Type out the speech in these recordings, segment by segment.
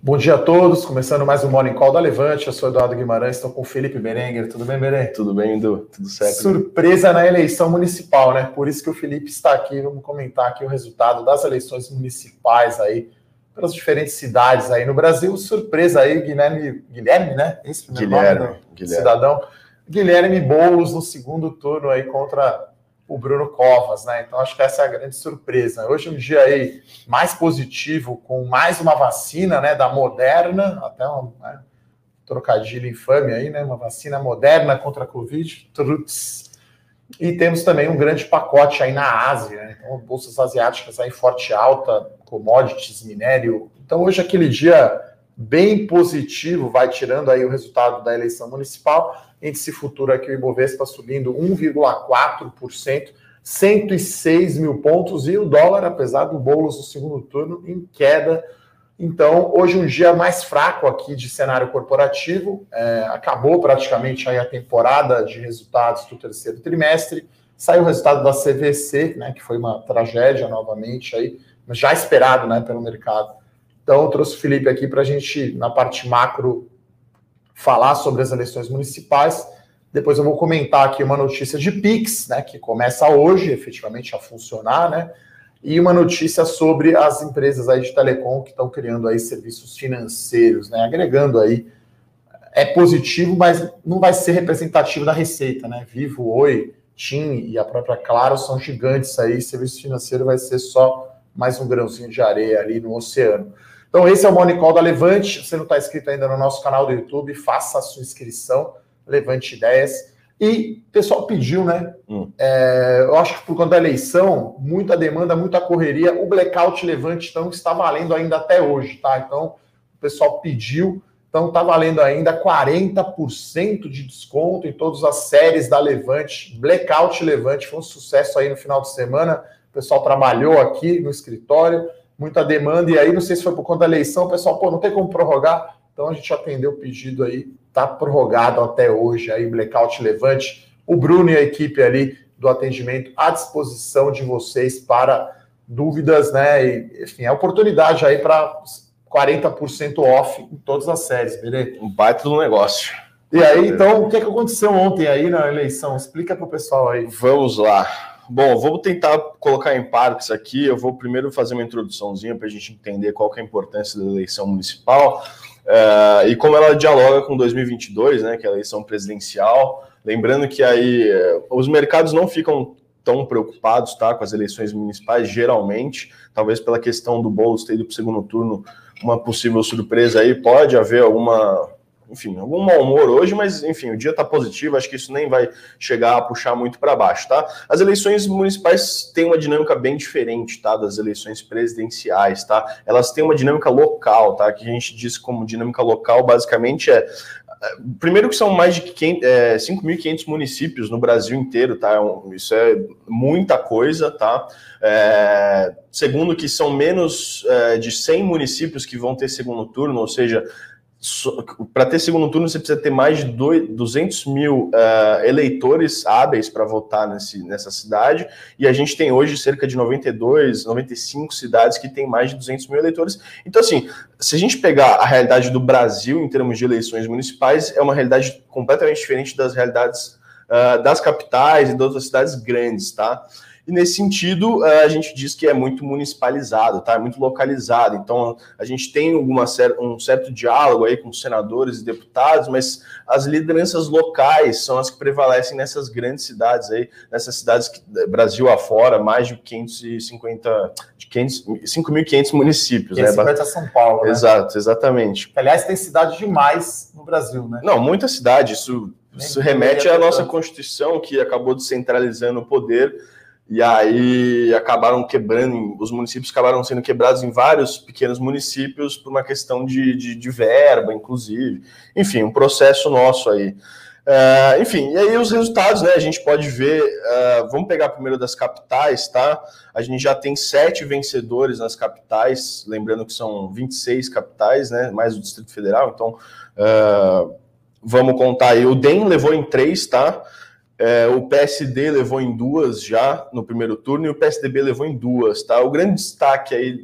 Bom dia a todos, começando mais um Morning Call da Levante. Eu sou Eduardo Guimarães, estou com o Felipe Berenguer. Tudo bem, Berenguer? Tudo bem, Edu? Tudo certo? Surpresa na eleição municipal, né? Por isso que o Felipe está aqui. Vamos comentar aqui o resultado das eleições municipais aí, pelas diferentes cidades aí no Brasil. Surpresa aí, Guilherme, né? Esse primeiro nome do cidadão. Guilherme Boulos no segundo turno aí contra o Bruno Covas, né? Então acho que essa é a grande surpresa. Hoje é um dia aí mais positivo, com mais uma vacina, né, da Moderna, até um trocadilho infame aí, né? Uma vacina Moderna contra a Covid. E temos também um grande pacote aí na Ásia, né? Então, bolsas asiáticas aí forte alta, commodities, minério. Então hoje é aquele dia bem positivo, vai tirando aí o resultado da eleição municipal. Índice futuro aqui, o Ibovespa subindo 1,4%, 106 mil pontos, e o dólar, apesar do Boulos no segundo turno, em queda. Então, hoje um dia mais fraco aqui de cenário corporativo, acabou praticamente aí a temporada de resultados do terceiro trimestre, saiu o resultado da CVC, né, que foi uma tragédia novamente, aí, mas já esperado, né, pelo mercado. Então, eu trouxe o Felipe aqui para a gente, na parte macro, falar sobre as eleições municipais. Depois eu vou comentar aqui uma notícia de Pix, né, que começa hoje, efetivamente, a funcionar, né, e uma notícia sobre as empresas aí de telecom que estão criando aí serviços financeiros, né, agregando aí. É positivo, mas não vai ser representativo da receita, né? Vivo, Oi, TIM e a própria Claro são gigantes aí, serviço financeiro vai ser só mais um grãozinho de areia ali no oceano. Então esse é o Morning Call da Levante. Se você não está inscrito ainda no nosso canal do YouTube, faça a sua inscrição, Levante Ideias. E o pessoal pediu, né? Eu acho que por conta da eleição, muita demanda, muita correria. O Blackout Levante, então, está valendo ainda até hoje, tá? Então, o pessoal pediu. Então, está valendo ainda 40% de desconto em todas as séries da Levante. Blackout Levante foi um sucesso aí no final de semana. O pessoal trabalhou aqui no escritório, muita demanda. E aí, não sei se foi por conta da eleição, o pessoal, não tem como prorrogar. Então, a gente atendeu o pedido aí. Está prorrogado até hoje aí, Blackout Levante. O Bruno e a equipe ali do atendimento à disposição de vocês para dúvidas, né? E, enfim, é oportunidade aí para 40% off em todas as séries, beleza? Um baita do negócio. E aí, então, o que aconteceu ontem aí na eleição? Explica para o pessoal aí. Vamos lá. Bom, vou tentar colocar em partes aqui. Eu vou primeiro fazer uma introduçãozinha para a gente entender qual que é a importância da eleição municipal e como ela dialoga com 2022, né, que é a eleição presidencial. Lembrando que aí os mercados não ficam tão preocupados, tá, com as eleições municipais, geralmente, talvez pela questão do Boulos ter ido para o segundo turno, uma possível surpresa aí, pode haver algum mau humor hoje, mas, enfim, o dia está positivo, acho que isso nem vai chegar a puxar muito para baixo, tá? As eleições municipais têm uma dinâmica bem diferente, tá, das eleições presidenciais, tá? Elas têm uma dinâmica local, tá? Que a gente diz como dinâmica local, basicamente primeiro que são mais de 5.500 municípios no Brasil inteiro, tá? Isso é muita coisa, tá? Segundo que são menos de 100 municípios que vão ter segundo turno, ou seja, para ter segundo turno você precisa ter mais de 200 mil eleitores hábeis para votar nessa cidade, e a gente tem hoje cerca de 95 cidades que tem mais de 200 mil eleitores. Então, assim, se a gente pegar a realidade do Brasil em termos de eleições municipais, é uma realidade completamente diferente das realidades das capitais e das outras cidades grandes, tá? E nesse sentido, a gente diz que é muito municipalizado, tá? É muito localizado. Então, a gente tem um certo diálogo aí com senadores e deputados, mas as lideranças locais são as que prevalecem nessas grandes cidades aí, nessas cidades que, Brasil afora, mais de 5.500 municípios. 550 né? São Paulo, né? Exato, exatamente. Aliás, tem cidade demais no Brasil, né? Não, muita cidade. Isso remete à nossa Constituição, que acabou descentralizando o poder. E aí os municípios acabaram sendo quebrados em vários pequenos municípios por uma questão de verba, inclusive. Enfim, um processo nosso aí. Enfim, e aí os resultados, né, a gente pode ver, vamos pegar primeiro das capitais, tá? A gente já tem 7 vencedores nas capitais, lembrando que são 26 capitais, né, mais o Distrito Federal, então vamos contar aí. O DEM levou em 3, tá? O PSD levou em 2 já no primeiro turno e o PSDB levou em 2, tá? O grande destaque aí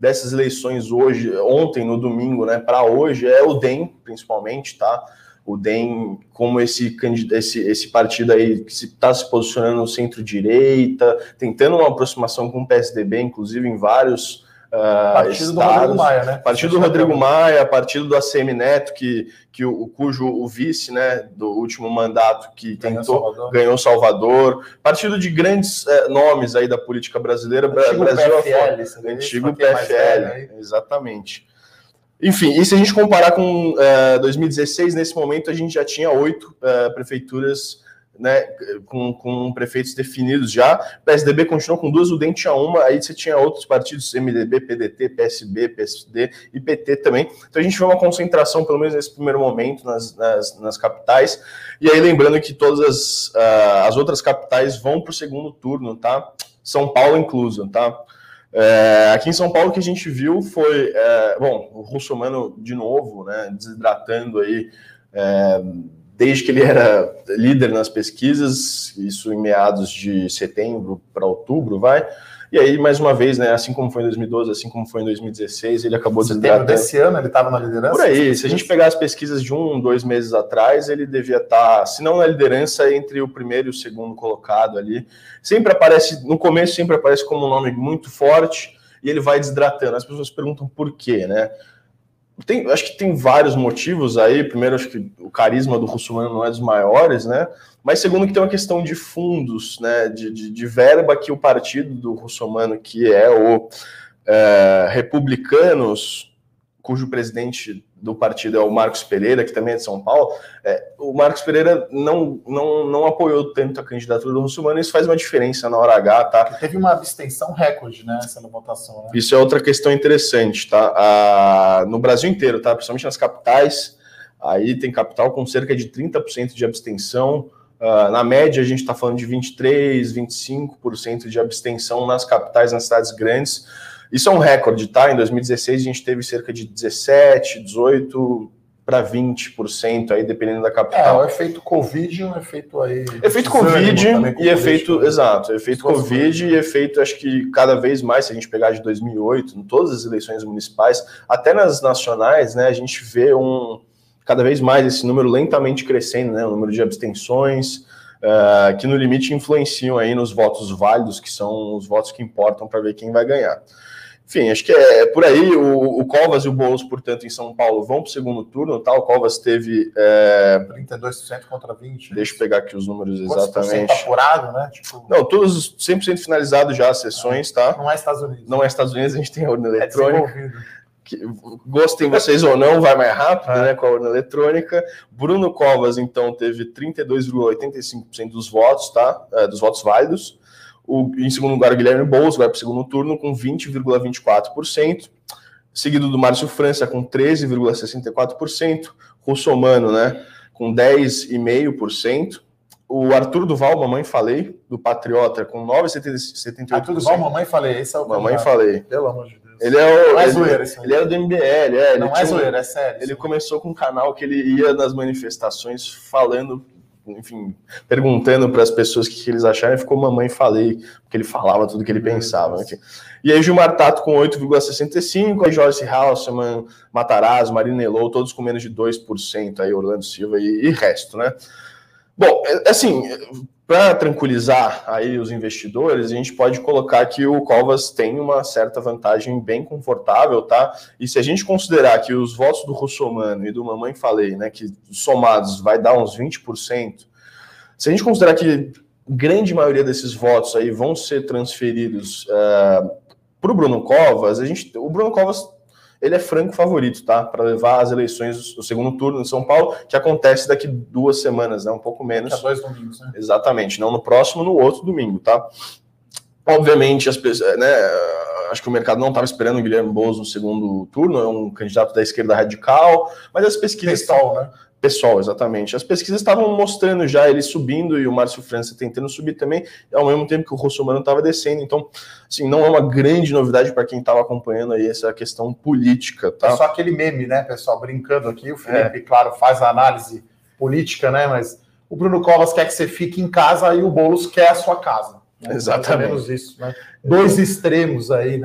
dessas eleições ontem, no domingo, né, para hoje, é o DEM, principalmente, tá? O DEM como esse partido aí que está se posicionando no centro-direita, tentando uma aproximação com o PSDB, inclusive em vários partido estados. Do Rodrigo Maia, né? Partido do Rodrigo Maia, partido do ACM Neto, cujo o vice, né, do último mandato que ganhou Salvador. Partido de grandes nomes aí da política brasileira, Brasil afora. Antigo PFL, exatamente. Enfim, e se a gente comparar com 2016, nesse momento a gente já tinha 8 prefeituras, né, com prefeitos definidos já. O PSDB continuou com 2, o DEM tinha 1, aí você tinha outros partidos, MDB, PDT, PSB, PSD e PT também. Então a gente vê uma concentração, pelo menos nesse primeiro momento, nas capitais. E aí lembrando que todas as outras capitais vão para o segundo turno, tá? São Paulo incluso, tá? Aqui em São Paulo o que a gente viu foi, o Russomano de novo, né, desidratando aí, desde que ele era líder nas pesquisas, isso em meados de setembro para outubro, e aí mais uma vez, né, assim como foi em 2012, assim como foi em 2016, ele acabou desidratando. Desse ano ele estava na liderança? Por aí, se a gente pegar as pesquisas de 2 meses atrás, ele devia estar, se não na liderança, entre o primeiro e o segundo colocado ali. Sempre aparece, no começo sempre aparece como um nome muito forte, e ele vai desidratando. As pessoas perguntam por quê, né? Acho que tem vários motivos aí. Primeiro, acho que o carisma do Russomano não é dos maiores, né? Mas segundo, que tem uma questão de fundos, né? De verba que o partido do Russomano, que é o Republicanos, cujo presidente do partido é o Marcos Pereira, que também é de São Paulo, o Marcos Pereira não apoiou tanto a candidatura do Russomano, isso faz uma diferença na hora H, tá? Teve uma abstenção recorde, né, essa votação, né? Isso é outra questão interessante, tá? No Brasil inteiro, tá? Principalmente nas capitais, aí tem capital com cerca de 30% de abstenção, na média a gente está falando de 23%, 25% de abstenção nas capitais, nas cidades grandes. Isso é um recorde, tá? Em 2016 a gente teve cerca de 17%, 18% para 20% aí, dependendo da capital. O efeito Covid e um efeito aí... Efeito Covid e efeito... Exato, efeito Covid e efeito, acho que cada vez mais, se a gente pegar de 2008, em todas as eleições municipais, até nas nacionais, né, a gente vê cada vez mais esse número lentamente crescendo, né, o número de abstenções, que no limite influenciam aí nos votos válidos, que são os votos que importam para ver quem vai ganhar. Enfim, acho que é por aí. O Covas e o Boulos, portanto, em São Paulo vão para o segundo turno, tá? O Covas teve 32% contra 20%. Deixa eu pegar aqui os números exatamente. Apurado, né? Não, todos 100% finalizados já as sessões, tá? Não é Estados Unidos. Não é Estados Unidos, a gente tem a urna eletrônica. Gostem vocês ou não, vai mais rápido, né? Com a urna eletrônica. Bruno Covas, então, teve 32,85% dos votos, tá? Dos votos válidos. Em segundo lugar, o Guilherme Boulos vai para o segundo turno com 20,24%, seguido do Márcio França com 13,64%, Russomano, né, com 10,5%, o Arthur Duval, Mamãe Falei, do Patriota, com 9,78%. Arthur Duval, Mamãe Falei, esse é o Mamãe Falei. Pelo amor de Deus. Ele ele era do MBL, não é zoeira, é sério. Ele começou com um canal que ele ia nas manifestações falando, enfim, perguntando para as pessoas o que eles acharam, e ficou Mamãe Falei, porque ele falava tudo o que ele pensava. Enfim. E aí Gilmar Tato com 8,65%, aí Joyce Halseman, Matarazzo, Marina Elou, todos com menos de 2%, aí Orlando Silva e resto, né? Bom, assim, para tranquilizar aí os investidores, a gente pode colocar que o Covas tem uma certa vantagem bem confortável, tá? E se a gente considerar que os votos do Russomano e do Mamãe Falei, né, que somados vai dar uns 20%, se a gente considerar que grande maioria desses votos aí vão ser transferidos para o Bruno Covas, o Bruno Covas, ele é franco favorito, tá? Para levar as eleições do segundo turno em São Paulo, que acontece daqui 2 semanas, né? Um pouco menos. Daqui a 2 domingos, né? Exatamente, não no próximo, no outro domingo, tá? Obviamente, as pessoas, né? Acho que o mercado não estava esperando o Guilherme Boulos no segundo turno, é um candidato da esquerda radical, mas as pesquisas... PSOL, né? PSOL, exatamente. As pesquisas estavam mostrando já ele subindo e o Márcio França tentando subir também, ao mesmo tempo que o Russomano estava descendo. Então, assim, não é uma grande novidade para quem estava acompanhando aí essa questão política, tá? É só aquele meme, né, pessoal, brincando aqui. O Felipe, claro, faz a análise política, né, mas o Bruno Covas quer que você fique em casa e o Boulos quer a sua casa. Né? Exatamente. Mais ou menos isso, né? 2 extremos aí, né?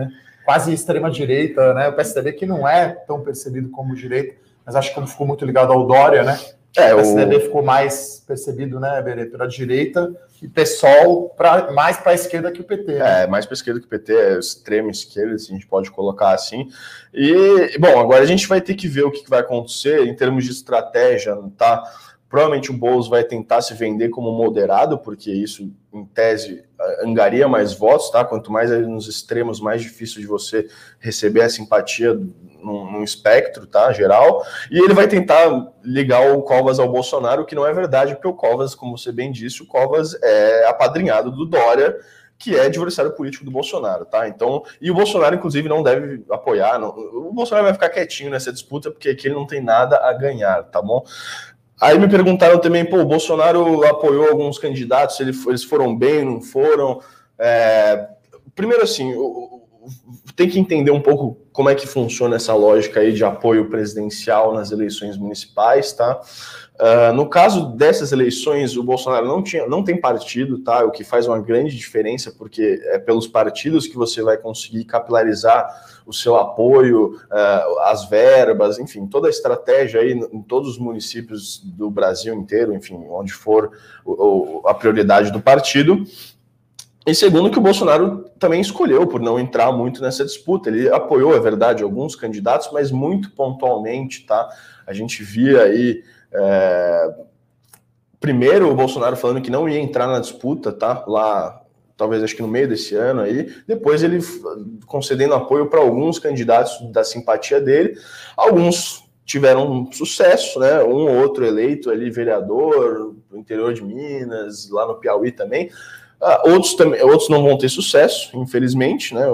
quase extrema-direita, né? O PSDB que não é tão percebido como direita, mas acho que como ficou muito ligado ao Dória, né? O PSDB ficou mais percebido, né, Berê, pela direita, e PSOL mais para a esquerda que o PT. Né? Mais para a esquerda que o PT, é extrema esquerda, se a gente pode colocar assim. E, bom, agora a gente vai ter que ver o que vai acontecer em termos de estratégia, tá? Provavelmente o Boulos vai tentar se vender como moderado, porque isso, em tese, angaria mais votos, tá? Quanto mais ali nos extremos, mais difícil de você receber a simpatia num espectro, tá? Geral. E ele vai tentar ligar o Covas ao Bolsonaro, o que não é verdade, porque o Covas, como você bem disse, o Covas é apadrinhado do Dória, que é adversário político do Bolsonaro, tá? Então, e o Bolsonaro, inclusive, não deve apoiar, não, o Bolsonaro vai ficar quietinho nessa disputa, porque aqui ele não tem nada a ganhar, tá bom? Aí me perguntaram também, o Bolsonaro apoiou alguns candidatos, eles foram bem, não foram? Primeiro, assim, tem que entender um pouco como é que funciona essa lógica aí de apoio presidencial nas eleições municipais, tá? No caso dessas eleições, o Bolsonaro não tem partido, tá? O que faz uma grande diferença, porque é pelos partidos que você vai conseguir capilarizar o seu apoio, as verbas, enfim, toda a estratégia aí em todos os municípios do Brasil inteiro, enfim, onde for a prioridade do partido. E segundo, que o Bolsonaro também escolheu por não entrar muito nessa disputa. Ele apoiou, é verdade, alguns candidatos, mas muito pontualmente, tá? A gente via aí, primeiro o Bolsonaro falando que não ia entrar na disputa, tá? Lá, talvez acho que no meio desse ano aí. Depois ele concedendo apoio para alguns candidatos da simpatia dele. Alguns tiveram sucesso, né? Um ou outro eleito ali, vereador, no interior de Minas, lá no Piauí também. Outros não vão ter sucesso, infelizmente, né?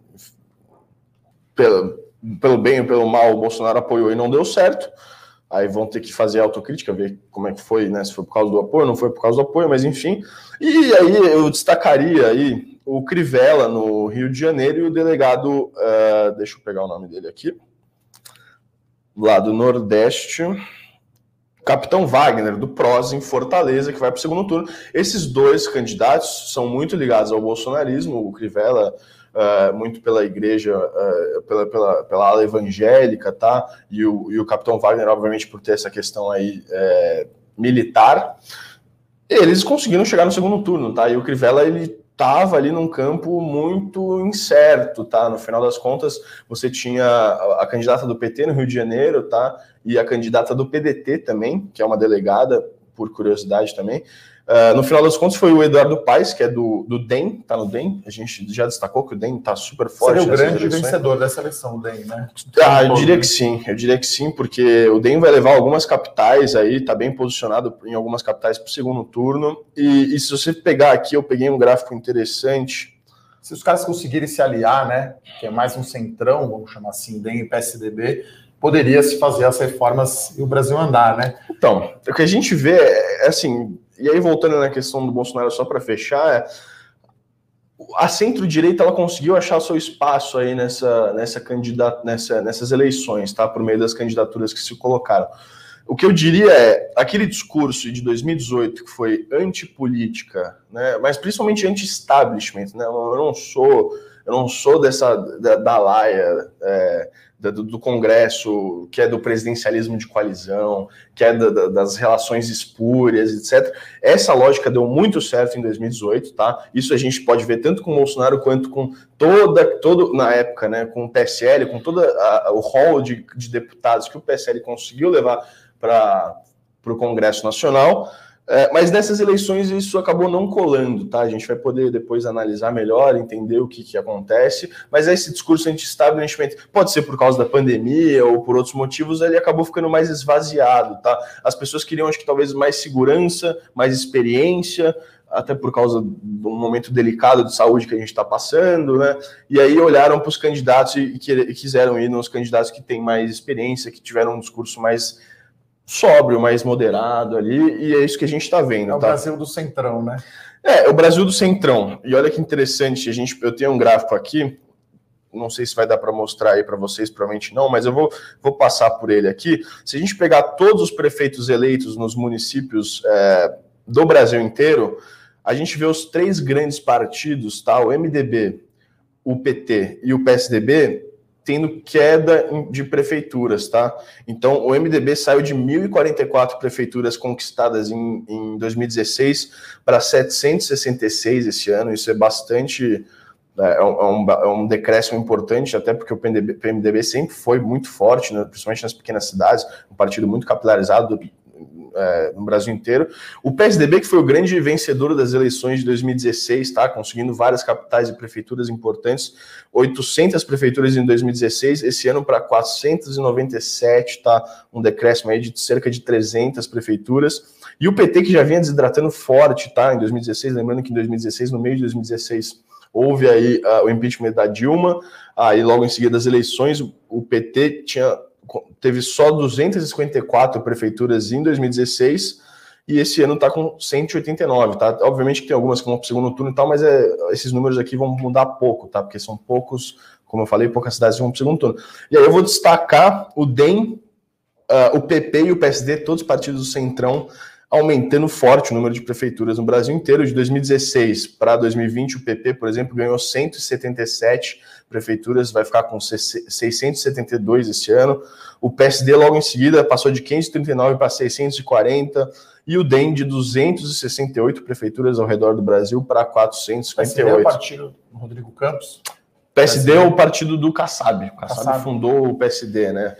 Pelo bem ou pelo mal, o Bolsonaro apoiou e não deu certo. Aí vão ter que fazer autocrítica, ver como é que foi, né? Se foi por causa do apoio, não foi por causa do apoio, mas enfim. E aí eu destacaria aí o Crivella no Rio de Janeiro e o delegado, deixa eu pegar o nome dele aqui, lá do Nordeste, Capitão Wagner, do PROS, em Fortaleza, que vai para o segundo turno. Esses dois candidatos são muito ligados ao bolsonarismo, o Crivella muito pela igreja, pela ala evangélica, tá? E o Capitão Wagner, obviamente, por ter essa questão aí militar. Eles conseguiram chegar no segundo turno, tá? E o Crivella, ele estava ali num campo muito incerto, tá? No final das contas, você tinha a candidata do PT no Rio de Janeiro, tá? E a candidata do PDT também, que é uma delegada, por curiosidade também. No final das contas, foi o Eduardo Paes, que é do DEM, tá no DEM. A gente já destacou que o DEM tá super forte. Seria o grande vencedor dessa eleição, o DEM, né? Eu diria que sim, porque o DEM vai levar algumas capitais aí, tá bem posicionado em algumas capitais para o segundo turno. E se você pegar aqui, eu peguei um gráfico interessante. Se os caras conseguirem se aliar, né, que é mais um centrão, vamos chamar assim, DEM e PSDB, poderia se fazer as reformas e o Brasil andar, né? Então, o que a gente vê é assim, e aí voltando na questão do Bolsonaro só para fechar, a centro-direita ela conseguiu achar o seu espaço aí nessas eleições, tá? Por meio das candidaturas que se colocaram. O que eu diria é, aquele discurso de 2018 que foi antipolítica, né, mas principalmente anti-establishment, né? Eu não sou da laia, do Congresso, que é do presidencialismo de coalizão, que é das relações espúrias, etc. Essa lógica deu muito certo em 2018, tá? Isso a gente pode ver tanto com o Bolsonaro quanto com todo na época, né, com o PSL, com todo o rol de deputados que o PSL conseguiu levar para o Congresso Nacional. Mas nessas eleições isso acabou não colando, tá? A gente vai poder depois analisar melhor, entender o que acontece, mas esse discurso anti-establishment pode ser por causa da pandemia ou por outros motivos, ele acabou ficando mais esvaziado, tá? As pessoas queriam, acho que talvez mais segurança, mais experiência, até por causa do momento delicado de saúde que a gente está passando, né? E aí olharam para os candidatos e quiseram ir nos candidatos que têm mais experiência, que tiveram um discurso mais sóbrio, mais moderado ali, e é isso que a gente está vendo. É o Brasil do Centrão, né? É o Brasil do Centrão. E olha que interessante, eu tenho um gráfico aqui, não sei se vai dar para mostrar aí para vocês, provavelmente não, mas eu vou passar por ele aqui. Se a gente pegar todos os prefeitos eleitos nos municípios do Brasil inteiro, a gente vê os três grandes partidos, tá? O MDB, o PT e o PSDB tendo queda de prefeituras, tá? Então, o MDB saiu de 1.044 prefeituras conquistadas em 2016 para 766 esse ano. Isso é bastante... É um decréscimo importante, até porque o PMDB sempre foi muito forte, né, principalmente nas pequenas cidades, um partido muito capilarizado no Brasil inteiro. O PSDB, que foi o grande vencedor das eleições de 2016, tá, conseguindo várias capitais e prefeituras importantes, 800 prefeituras em 2016, esse ano para 497, tá, um decréscimo aí de cerca de 300 prefeituras. E o PT, que já vinha desidratando forte, tá, em 2016, lembrando que em 2016, no meio de 2016, houve aí o impeachment da Dilma, aí logo em seguida das eleições, o PT teve só 254 prefeituras em 2016, e esse ano está com 189, tá? Obviamente que tem algumas que vão para o segundo turno e tal, mas esses números aqui vão mudar pouco, tá? Porque são poucos, como eu falei, poucas cidades vão para o segundo turno. E aí eu vou destacar o DEM, o PP e o PSD, todos os partidos do Centrão, aumentando forte o número de prefeituras no Brasil inteiro. De 2016 para 2020, o PP, por exemplo, ganhou 177 prefeituras, vai ficar com 672 esse ano. O PSD, logo em seguida, passou de 539 para 640, e o DEM de 268 prefeituras ao redor do Brasil para 458. PSD é o partido do Rodrigo Campos? PSD é o partido do Kassab. O Kassab fundou o PSD, né?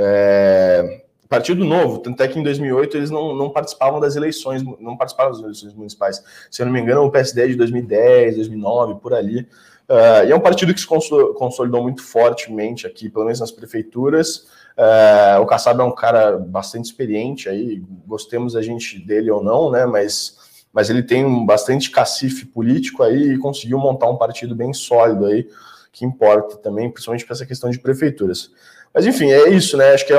Partido novo, tanto é que em 2008 eles não participavam das eleições, municipais. Se eu não me engano, o PSD é de 2010, 2009, por ali. E é um partido que se consolidou muito fortemente aqui, pelo menos nas prefeituras. O Kassab é um cara bastante experiente, aí, gostemos a gente dele ou não, né? Mas ele tem bastante cacife político aí e conseguiu montar um partido bem sólido aí, que importa também, principalmente para essa questão de prefeituras. Mas enfim, é isso, né? Acho que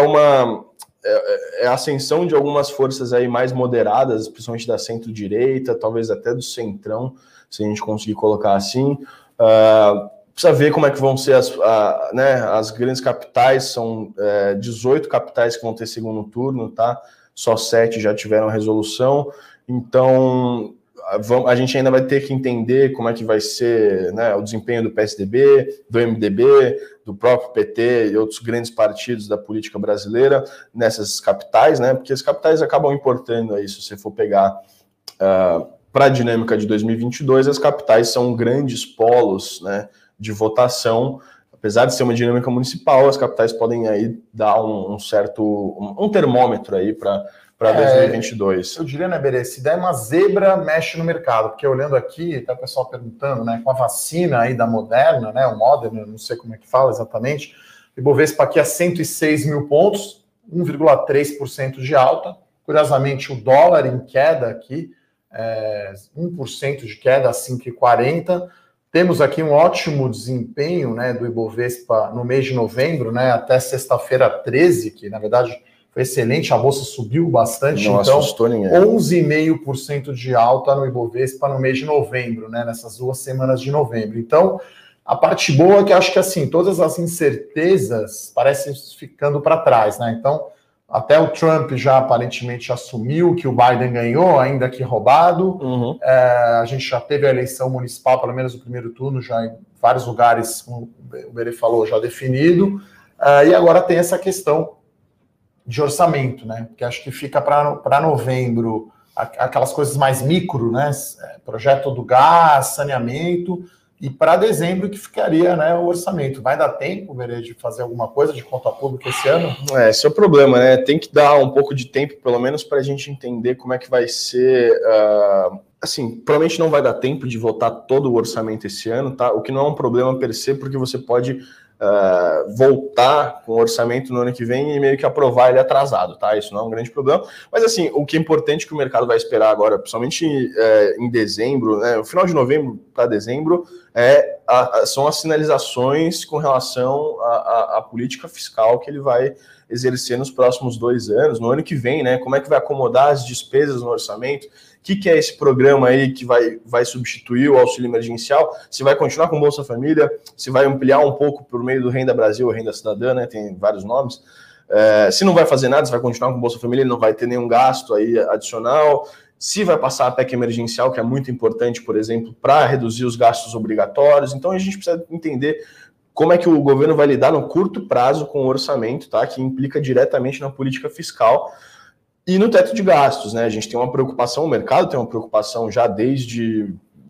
é a ascensão de algumas forças aí mais moderadas, principalmente da centro-direita, talvez até do centrão, se a gente conseguir colocar assim. Precisa ver como é que vão ser as grandes capitais, são 18 capitais que vão ter segundo turno, tá? Só 7 já tiveram resolução, então a gente ainda vai ter que entender como é que vai ser, né, o desempenho do PSDB, do MDB, do próprio PT e outros grandes partidos da política brasileira nessas capitais, né, porque as capitais acabam importando aí, se você for pegar para a dinâmica de 2022, as capitais são grandes polos, né, de votação. Apesar de ser uma dinâmica municipal, as capitais podem aí dar um termômetro aí para 2022. Eu diria, né, Berê, se der uma zebra, mexe no mercado, porque olhando aqui, tá o pessoal perguntando, né, com a vacina aí da Moderna, né, o Moderna, não sei como é que fala exatamente, o Ibovespa aqui a 106 mil pontos, 1,3% de alta. Curiosamente, o dólar em queda aqui, 1% de queda a 5,40. Temos aqui um ótimo desempenho, né, do Ibovespa no mês de novembro, né, até sexta-feira 13, que na verdade foi excelente, a bolsa subiu bastante, não então assustou ninguém. 11,5% de alta no Ibovespa no mês de novembro, né, nessas 2 semanas de novembro. Então, a parte boa é que acho que assim, todas as incertezas parecem ficando para trás, né? Então, até o Trump já aparentemente assumiu que o Biden ganhou, ainda que roubado. Uhum. A gente já teve a eleição municipal, pelo menos o primeiro turno, já em vários lugares, como o Berê falou, já definido. E agora tem essa questão de orçamento, né? Porque acho que fica para novembro aquelas coisas mais micro, né? Projeto do gás, saneamento, e para dezembro que ficaria, né, o orçamento. Vai dar tempo, Berê, de fazer alguma coisa de conta pública esse ano? Esse é o problema, né? Tem que dar um pouco de tempo, pelo menos, para a gente entender como é que vai ser. Assim, provavelmente não vai dar tempo de votar todo o orçamento esse ano, tá? O que não é um problema per se, porque você pode voltar com o orçamento no ano que vem e meio que aprovar ele atrasado, tá? Isso não é um grande problema. Mas, assim, o que é importante que o mercado vai esperar agora, principalmente em dezembro, né? No final de novembro para dezembro, são as sinalizações com relação à política fiscal que ele vai exercer nos próximos 2 anos, no ano que vem, né? Como é que vai acomodar as despesas no orçamento? O que é esse programa aí que vai substituir o auxílio emergencial? Se vai continuar com Bolsa Família? Se vai ampliar um pouco por meio do Renda Brasil, Renda Cidadã, né? Tem vários nomes. Se não vai fazer nada, se vai continuar com Bolsa Família, ele não vai ter nenhum gasto aí adicional. se vai passar a PEC emergencial, que é muito importante, por exemplo, para reduzir os gastos obrigatórios. Então a gente precisa entender como é que o governo vai lidar no curto prazo com o orçamento, tá? Que implica diretamente na política fiscal e no teto de gastos, né? A gente tem uma preocupação, o mercado tem uma preocupação já desde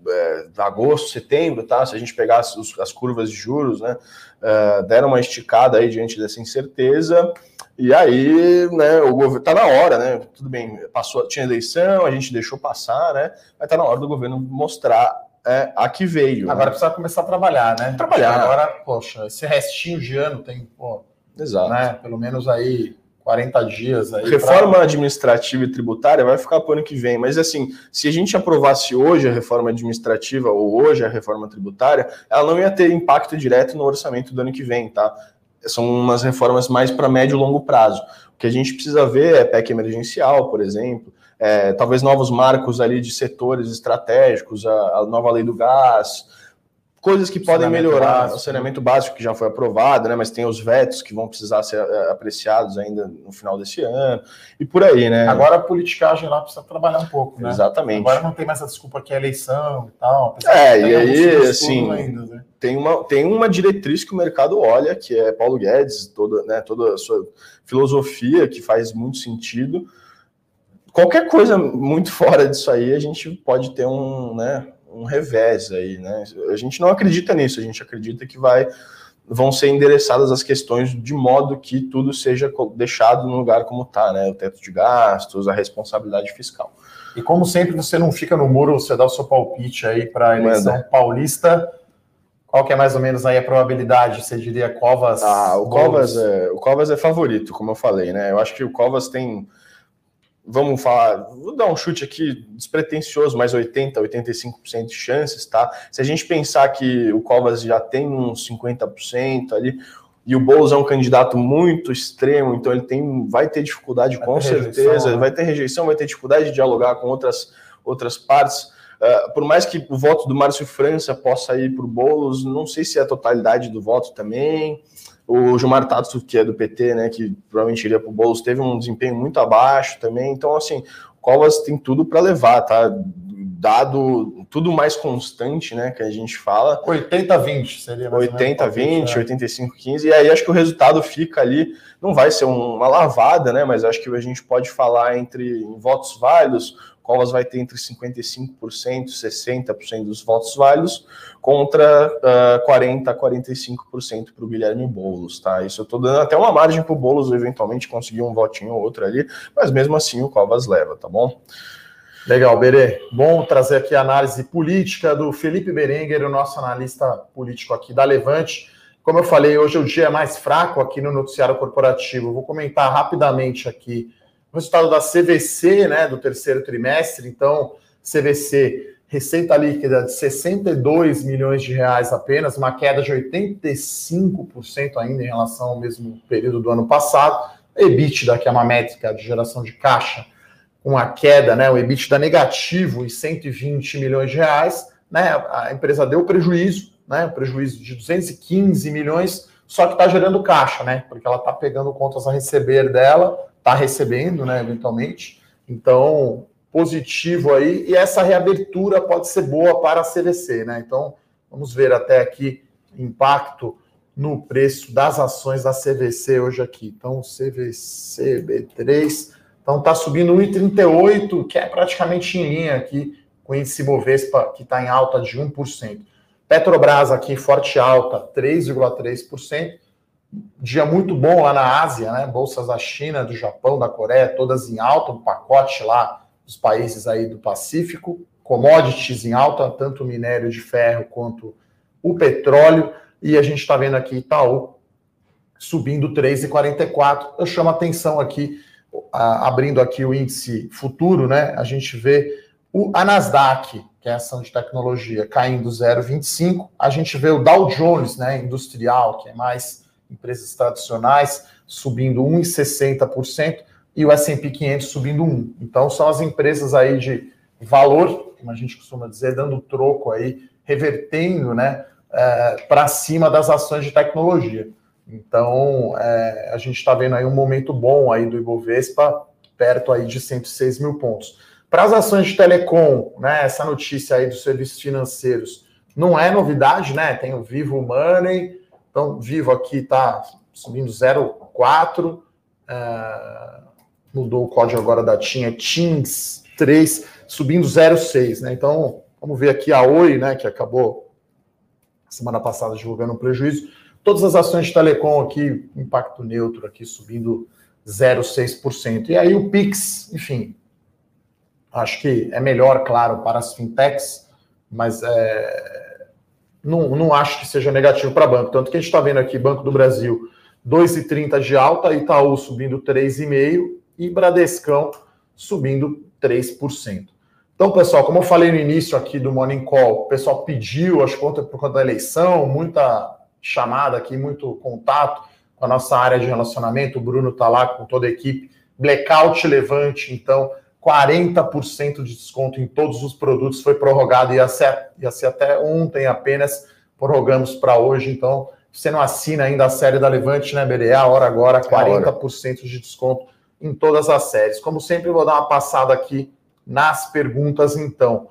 agosto, setembro, tá? Se a gente pegar as curvas de juros, né? Deram uma esticada aí diante dessa incerteza. E aí, né, o governo tá na hora, né? Tudo bem, tinha eleição, a gente deixou passar, né? Mas tá na hora do governo mostrar a que veio. Agora precisa começar a trabalhar, né? Trabalhar. Agora, poxa, esse restinho de ano tem, exato, né? Pelo menos aí 40 dias aí. Reforma administrativa e tributária vai ficar para o ano que vem, mas assim, se a gente aprovasse hoje a reforma administrativa ou hoje a reforma tributária, ela não ia ter impacto direto no orçamento do ano que vem, tá? São umas reformas mais para médio e longo prazo. O que a gente precisa ver é PEC emergencial, por exemplo, talvez novos marcos ali de setores estratégicos, a nova lei do gás, coisas que podem melhorar. O saneamento básico que já foi aprovado, né? Mas tem os vetos que vão precisar ser apreciados ainda no final desse ano, e por aí, né? Agora a politicagem lá precisa trabalhar um pouco, né? Exatamente. Agora não tem mais a desculpa que é eleição e tal. E aí, assim, ainda, né? tem uma diretriz que o mercado olha, que é Paulo Guedes, toda a sua filosofia, que faz muito sentido. Qualquer coisa muito fora disso aí, a gente pode ter um revés aí, né? A gente não acredita nisso, a gente acredita que vão ser endereçadas as questões de modo que tudo seja deixado no lugar como está, né? O teto de gastos, a responsabilidade fiscal. E como sempre, você não fica no muro, você dá o seu palpite aí para a eleição paulista. Qual que é mais ou menos aí a probabilidade? Você diria Covas? O Covas é favorito, como eu falei, né? Eu acho que o Covas tem... Vamos falar, vou dar um chute aqui despretensioso, mas 85% de chances, tá? Se a gente pensar que o Covas já tem uns 50% ali, e o Boulos é um candidato muito extremo, então ele vai ter dificuldade, com certeza, vai ter rejeição, vai ter dificuldade de dialogar com outras partes. Por mais que o voto do Márcio França possa ir para o Boulos, não sei se é a totalidade do voto também. O Gilmar Tato, que é do PT, né, que provavelmente iria para o Boulos, teve um desempenho muito abaixo também. Então, assim, o Covas tem tudo para levar, tá? Dado tudo mais constante, né, que a gente fala. 80-20 seria mais 80-20, 85-15. E aí acho que o resultado fica ali, não vai ser uma lavada, né, mas acho que a gente pode falar em votos válidos. Covas vai ter entre 55% e 60% dos votos válidos contra 40% a 45% para o Guilherme Boulos, tá? Isso eu estou dando até uma margem para o Boulos eventualmente conseguir um votinho ou outro ali, mas mesmo assim o Covas leva, tá bom? Legal, Berê. Bom trazer aqui a análise política do Felipe Berenguer, o nosso analista político aqui da Levante. Como eu falei, hoje é o dia mais fraco aqui no noticiário corporativo. Vou comentar rapidamente aqui o resultado da CVC, né, do terceiro trimestre. Então, CVC, receita líquida de 62 milhões de reais apenas, uma queda de 85% ainda em relação ao mesmo período do ano passado. EBITDA, que é uma métrica de geração de caixa, uma queda, né, o EBITDA negativo em 120 milhões de reais, né, a empresa deu prejuízo, né, prejuízo de 215 milhões, só que está gerando caixa, né, porque ela está pegando contas a receber dela, está recebendo, né, eventualmente, então, positivo aí, e essa reabertura pode ser boa para a CVC, né, então, vamos ver até aqui impacto no preço das ações da CVC hoje aqui, então, CVC B3, então está subindo 1,38, que é praticamente em linha aqui com o índice Bovespa, que está em alta de 1%. Petrobras aqui, forte alta, 3,3%. Dia muito bom lá na Ásia, né? Bolsas da China, do Japão, da Coreia, todas em alta, um pacote lá dos países aí do Pacífico. Commodities em alta, tanto o minério de ferro quanto o petróleo. E a gente está vendo aqui Itaú subindo 3,44. Eu chamo a atenção aqui, abrindo aqui o índice futuro, né? A gente vê a Nasdaq, que é a ação de tecnologia, caindo 0,25. A gente vê o Dow Jones, né, industrial, que é mais empresas tradicionais, subindo 1,60%, e o S&P 500 subindo 1%. Então, são as empresas aí de valor, como a gente costuma dizer, dando troco aí, revertendo, né, para cima das ações de tecnologia. Então, a gente está vendo aí um momento bom aí do Ibovespa, perto aí de 106 mil pontos. Para as ações de telecom, né, essa notícia aí dos serviços financeiros não é novidade, né? Tem o Vivo Money, então Vivo aqui está subindo 0,4, mudou o código agora da TIM, é TIMS 3, subindo 0,6, né? Então, vamos ver aqui a Oi, né, que acabou semana passada divulgando um prejuízo. Todas as ações de telecom aqui, impacto neutro aqui, subindo 0,6%. E aí o Pix, enfim, acho que é melhor, claro, para as fintechs, mas não acho que seja negativo para banco. Tanto que a gente está vendo aqui, Banco do Brasil, 2,30 de alta, Itaú subindo 3,5% e Bradescão subindo 3%. Então, pessoal, como eu falei no início aqui do Morning Call, o pessoal pediu, acho que por conta da eleição, muita chamada aqui, muito contato com a nossa área de relacionamento, o Bruno está lá com toda a equipe, Blackout Levante, então 40% de desconto em todos os produtos foi prorrogado, ia ser até ontem apenas, prorrogamos para hoje, então você não assina ainda a série da Levante, né, BDA, a hora agora, 40% de desconto em todas as séries. Como sempre, eu vou dar uma passada aqui nas perguntas, então.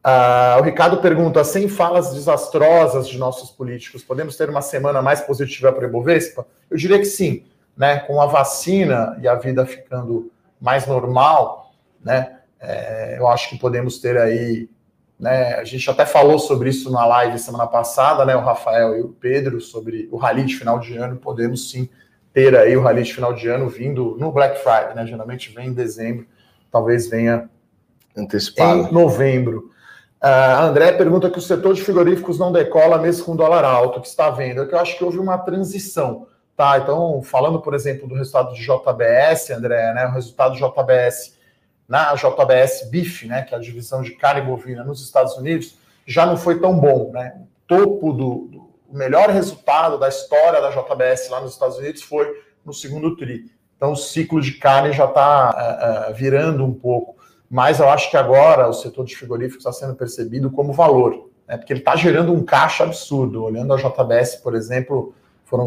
O Ricardo pergunta, sem falas desastrosas de nossos políticos, podemos ter uma semana mais positiva para o Ibovespa? Eu diria que sim, né? Com a vacina e a vida ficando mais normal, né? Eu acho que podemos ter aí, né? A gente até falou sobre isso na live semana passada, né? O Rafael e o Pedro, sobre o rally de final de ano, podemos sim ter aí o rally de final de ano vindo no Black Friday, né? Geralmente vem em dezembro, talvez venha antecipado em novembro. A André pergunta que o setor de frigoríficos não decola mesmo com o dólar alto, que está vendo. É que eu acho que houve uma transição, tá? Então, falando, por exemplo, do resultado de JBS, André, né? O resultado de JBS na JBS Beef, né? Que é a divisão de carne bovina nos Estados Unidos, já não foi tão bom, né? O topo o melhor resultado da história da JBS lá nos Estados Unidos foi no segundo tri. Então, o ciclo de carne já está virando um pouco. Mas eu acho que agora o setor de frigoríficos está sendo percebido como valor, né? Porque ele está gerando um caixa absurdo. Olhando a JBS, por exemplo, foram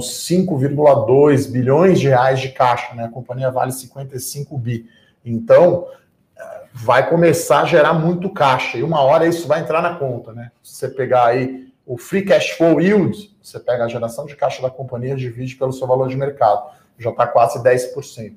5,2 bilhões de reais de caixa, né? A companhia vale 55 bi. Então, vai começar a gerar muito caixa. E uma hora isso vai entrar na conta, né? Se você pegar aí o Free Cash Flow Yield, você pega a geração de caixa da companhia, divide pelo seu valor de mercado. Já está quase 10%.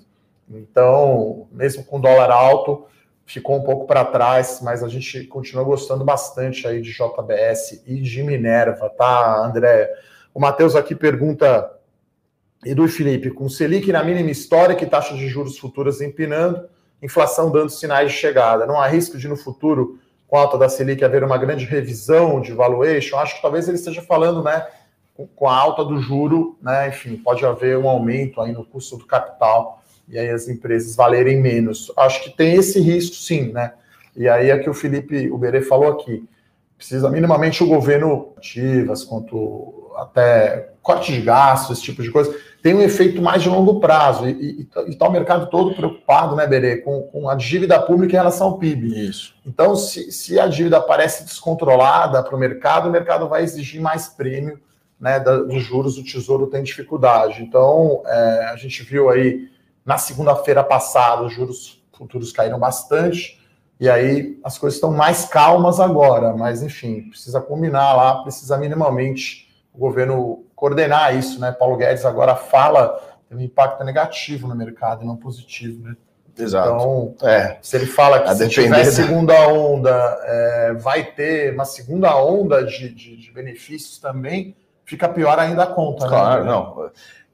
Então, mesmo com dólar alto, ficou um pouco para trás, mas a gente continua gostando bastante aí de JBS e de Minerva, tá, André? O Matheus aqui pergunta, Edu e Felipe, com Selic na mínima histórica e taxa de juros futuras empinando, inflação dando sinais de chegada, não há risco de no futuro, com a alta da Selic, haver uma grande revisão de valuation? Acho que talvez ele esteja falando, né, com a alta do juro, né, enfim, pode haver um aumento aí no custo do capital, e aí as empresas valerem menos. Acho que tem esse risco, sim, né? E aí é que o Felipe Uberê falou aqui. Precisa minimamente o governo ativas, quanto até corte de gastos, esse tipo de coisa, tem um efeito mais de longo prazo. E tá o mercado todo preocupado, né, Berê, com a dívida pública em relação ao PIB. Isso. Então, se a dívida parece descontrolada para o mercado vai exigir mais prêmio, né, dos juros, o Tesouro tem dificuldade. Então, a gente viu aí na segunda-feira passada, os juros futuros caíram bastante, e aí as coisas estão mais calmas agora, mas enfim, precisa combinar lá, precisa minimamente o governo coordenar isso, né? Paulo Guedes agora fala, tem um impacto negativo no mercado e não positivo, né? Exato. Então, se ele fala que se tiver segunda onda, vai ter uma segunda onda de benefícios também, fica pior ainda a conta, claro, né? Não.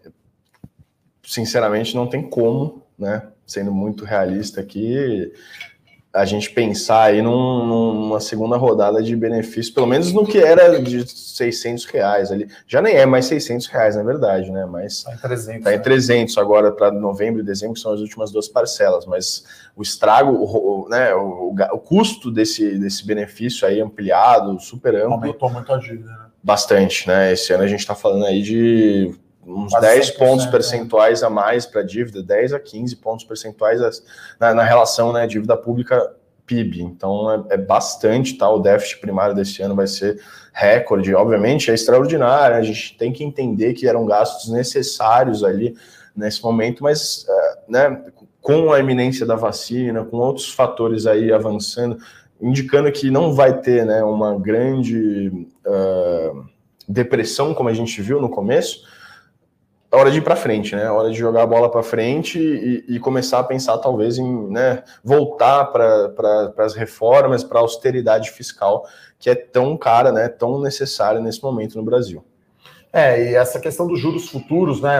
Sinceramente, não tem como, né, sendo muito realista aqui, a gente pensar aí numa segunda rodada de benefício, pelo menos no que era de R$600 ali. Já nem é mais R$600, na verdade, né? Mas está em 300. Tá em 300 agora para novembro e dezembro, que são as últimas 2 parcelas. Mas o estrago, né, o custo desse benefício aí ampliado, super amplo. Aumentou muito a dívida, né? Bastante, né? Esse ano a gente está falando aí de uns quase 10 pontos percentuais a mais para a dívida, 10 a 15 pontos percentuais na relação, né, dívida pública PIB. Então é bastante, tá? O déficit primário desse ano vai ser recorde, obviamente é extraordinário, a gente tem que entender que eram gastos necessários ali nesse momento, mas né, com a iminência da vacina, com outros fatores aí avançando, indicando que não vai ter, né, uma grande depressão, como a gente viu no começo, é hora de ir para frente, né? É hora de jogar a bola para frente e começar a pensar, talvez, em, né, voltar para as reformas, para a austeridade fiscal, que é tão cara, né, tão necessária nesse momento no Brasil. E essa questão dos juros futuros, né,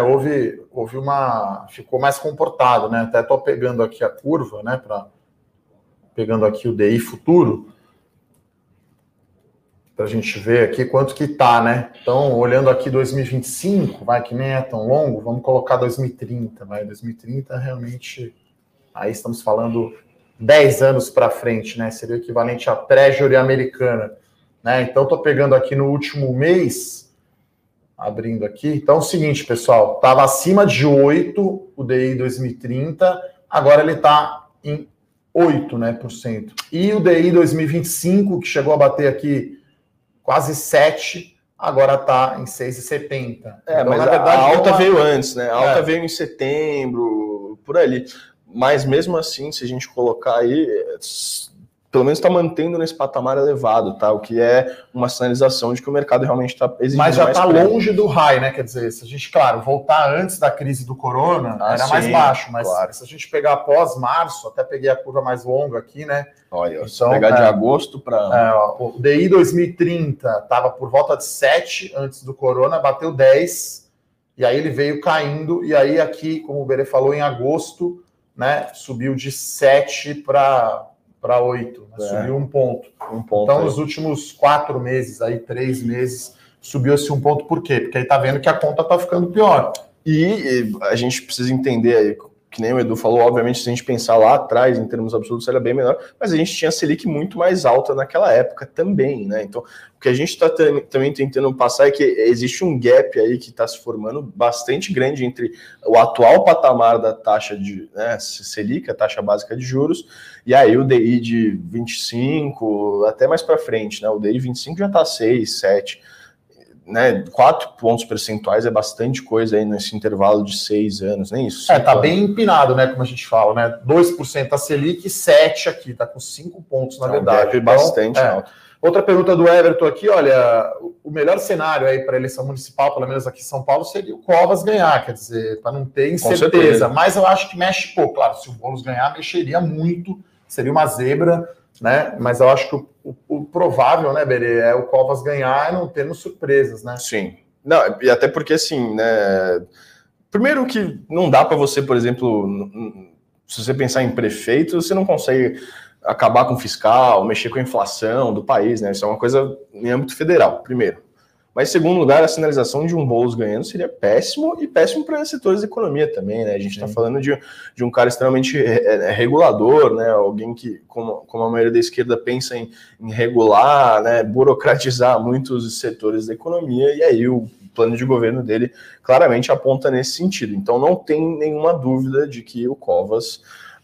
ficou mais comportado, né? Até estou pegando aqui a curva, né, pegando aqui o DI futuro, para a gente ver aqui quanto que tá, né? Então, olhando aqui 2025, que nem é tão longo, vamos colocar 2030, 2030 realmente, aí estamos falando 10 anos para frente, né? Seria o equivalente à Treasury americana, né? Então, estou pegando aqui no último mês, abrindo aqui. Então, é o seguinte, pessoal, estava acima de 8 o DI 2030, agora ele está em 8%, né, por cento. E o DI 2025, que chegou a bater aqui quase 7, agora está em 6,70. Então, mas na verdade, a alta veio antes, né? A alta veio em setembro, por ali. Mas mesmo assim, se a gente colocar aí, pelo menos está mantendo nesse patamar elevado, tá? O que é uma sinalização de que o mercado realmente está exigindo. Mas já está longe do high, né? Quer dizer, se a gente, claro, voltar antes da crise do corona, era mais baixo, mas claro, se a gente pegar após março, até peguei a curva mais longa aqui, né? Olha, então, se pegar de agosto para... o DI 2030 estava por volta de 7 antes do corona, bateu 10, e aí ele veio caindo, e aí aqui, como o Berê falou, em agosto, né, subiu de 7 para 8, né? Subiu um ponto. Então, aí, nos últimos 4 meses, aí 3 meses, subiu-se um ponto. Por quê? Porque aí tá vendo que a conta tá ficando pior. E a gente precisa entender aí, que nem o Edu falou, obviamente, se a gente pensar lá atrás, em termos absolutos, era bem menor, mas a gente tinha a Selic muito mais alta naquela época também, né? Então, o que a gente está também tentando passar é que existe um gap aí que está se formando bastante grande entre o atual patamar da taxa de, né, Selic, a taxa básica de juros, e aí o DI de 25, até mais para frente, né? O DI 25 já está 6, 7, né, 4 pontos percentuais é bastante coisa aí nesse intervalo de 6 anos, nem isso. Tá bem empinado, né, como a gente fala, né, 2% a Selic e 7 aqui, tá com 5 pontos, na verdade. Gap bastante alto. Outra pergunta do Everton aqui, olha, o melhor cenário aí para a eleição municipal, pelo menos aqui em São Paulo, seria o Covas ganhar, quer dizer, para não ter incerteza, mas eu acho que mexe pouco, claro, se o Boulos ganhar, mexeria muito, seria uma zebra, né, mas eu acho que o provável, né, Berê, é o Covas ganhar e não termos surpresas, né? Sim. Não, e até porque, assim, né, primeiro que não dá para você, por exemplo, se você pensar em prefeito, você não consegue acabar com o fiscal, mexer com a inflação do país, né? Isso é uma coisa em âmbito federal, primeiro. Mas, em segundo lugar, a sinalização de um Boulos ganhando seria péssimo, e péssimo para setores da economia também, né? A gente está falando de um cara extremamente regulador, né? Alguém que, como a maioria da esquerda, pensa em regular, né? Burocratizar muitos setores da economia, e aí o plano de governo dele claramente aponta nesse sentido. Então, não tem nenhuma dúvida de que o Covas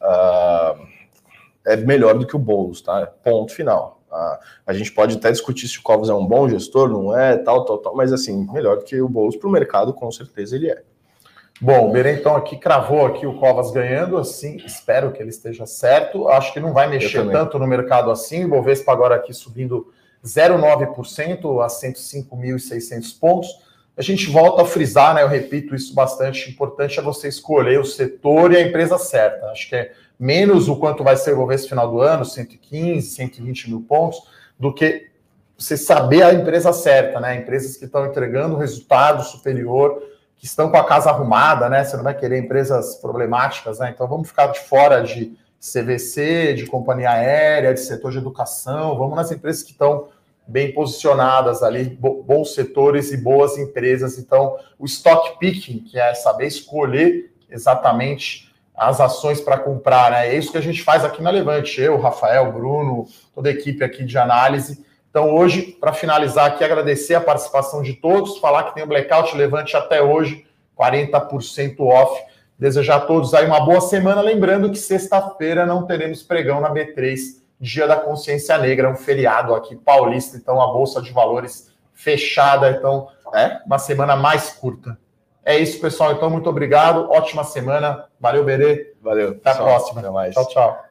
é melhor do que o Boulos, tá? Ponto final. A gente pode até discutir se o Covas é um bom gestor, não é, tal, mas assim, melhor do que o Boulos para o mercado, com certeza ele é. Bom, o Berê, então, aqui cravou aqui o Covas ganhando, assim, espero que ele esteja certo, acho que não vai mexer tanto no mercado assim, o Bovespa agora aqui subindo 0,9% a 105.600 pontos. A gente volta a frisar, né, eu repito isso bastante, importante é você escolher o setor e a empresa certa, acho que é menos o quanto vai ser o Bovespa no final do ano, 115, 120 mil pontos, do que você saber a empresa certa, né? Empresas que estão entregando um resultado superior, que estão com a casa arrumada, né? Você não vai querer empresas problemáticas, né? Então vamos ficar de fora de CVC, de companhia aérea, de setor de educação, vamos nas empresas que estão bem posicionadas ali, bons setores e boas empresas. Então, o stock picking, que é saber escolher exatamente as ações para comprar, né? É isso que a gente faz aqui na Levante, eu, Rafael, Bruno, toda a equipe aqui de análise. Então, hoje, para finalizar aqui, agradecer a participação de todos, falar que tem o Blackout Levante até hoje, 40% off. Desejar a todos aí uma boa semana, lembrando que sexta-feira não teremos pregão na B3, Dia da Consciência Negra, um feriado aqui paulista, então a Bolsa de Valores fechada, então é uma semana mais curta. É isso, pessoal. Então, muito obrigado. Ótima semana. Valeu, Berê. Valeu. Até a próxima. Até mais. Tchau, tchau.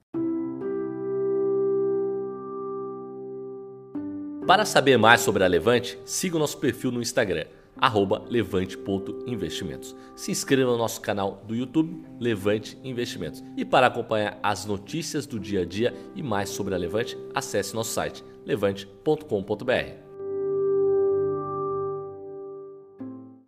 Para saber mais sobre a Levante, siga o nosso perfil no Instagram, @levante.investimentos. Se inscreva no nosso canal do YouTube, Levante Investimentos. E para acompanhar as notícias do dia a dia e mais sobre a Levante, acesse nosso site, levante.com.br.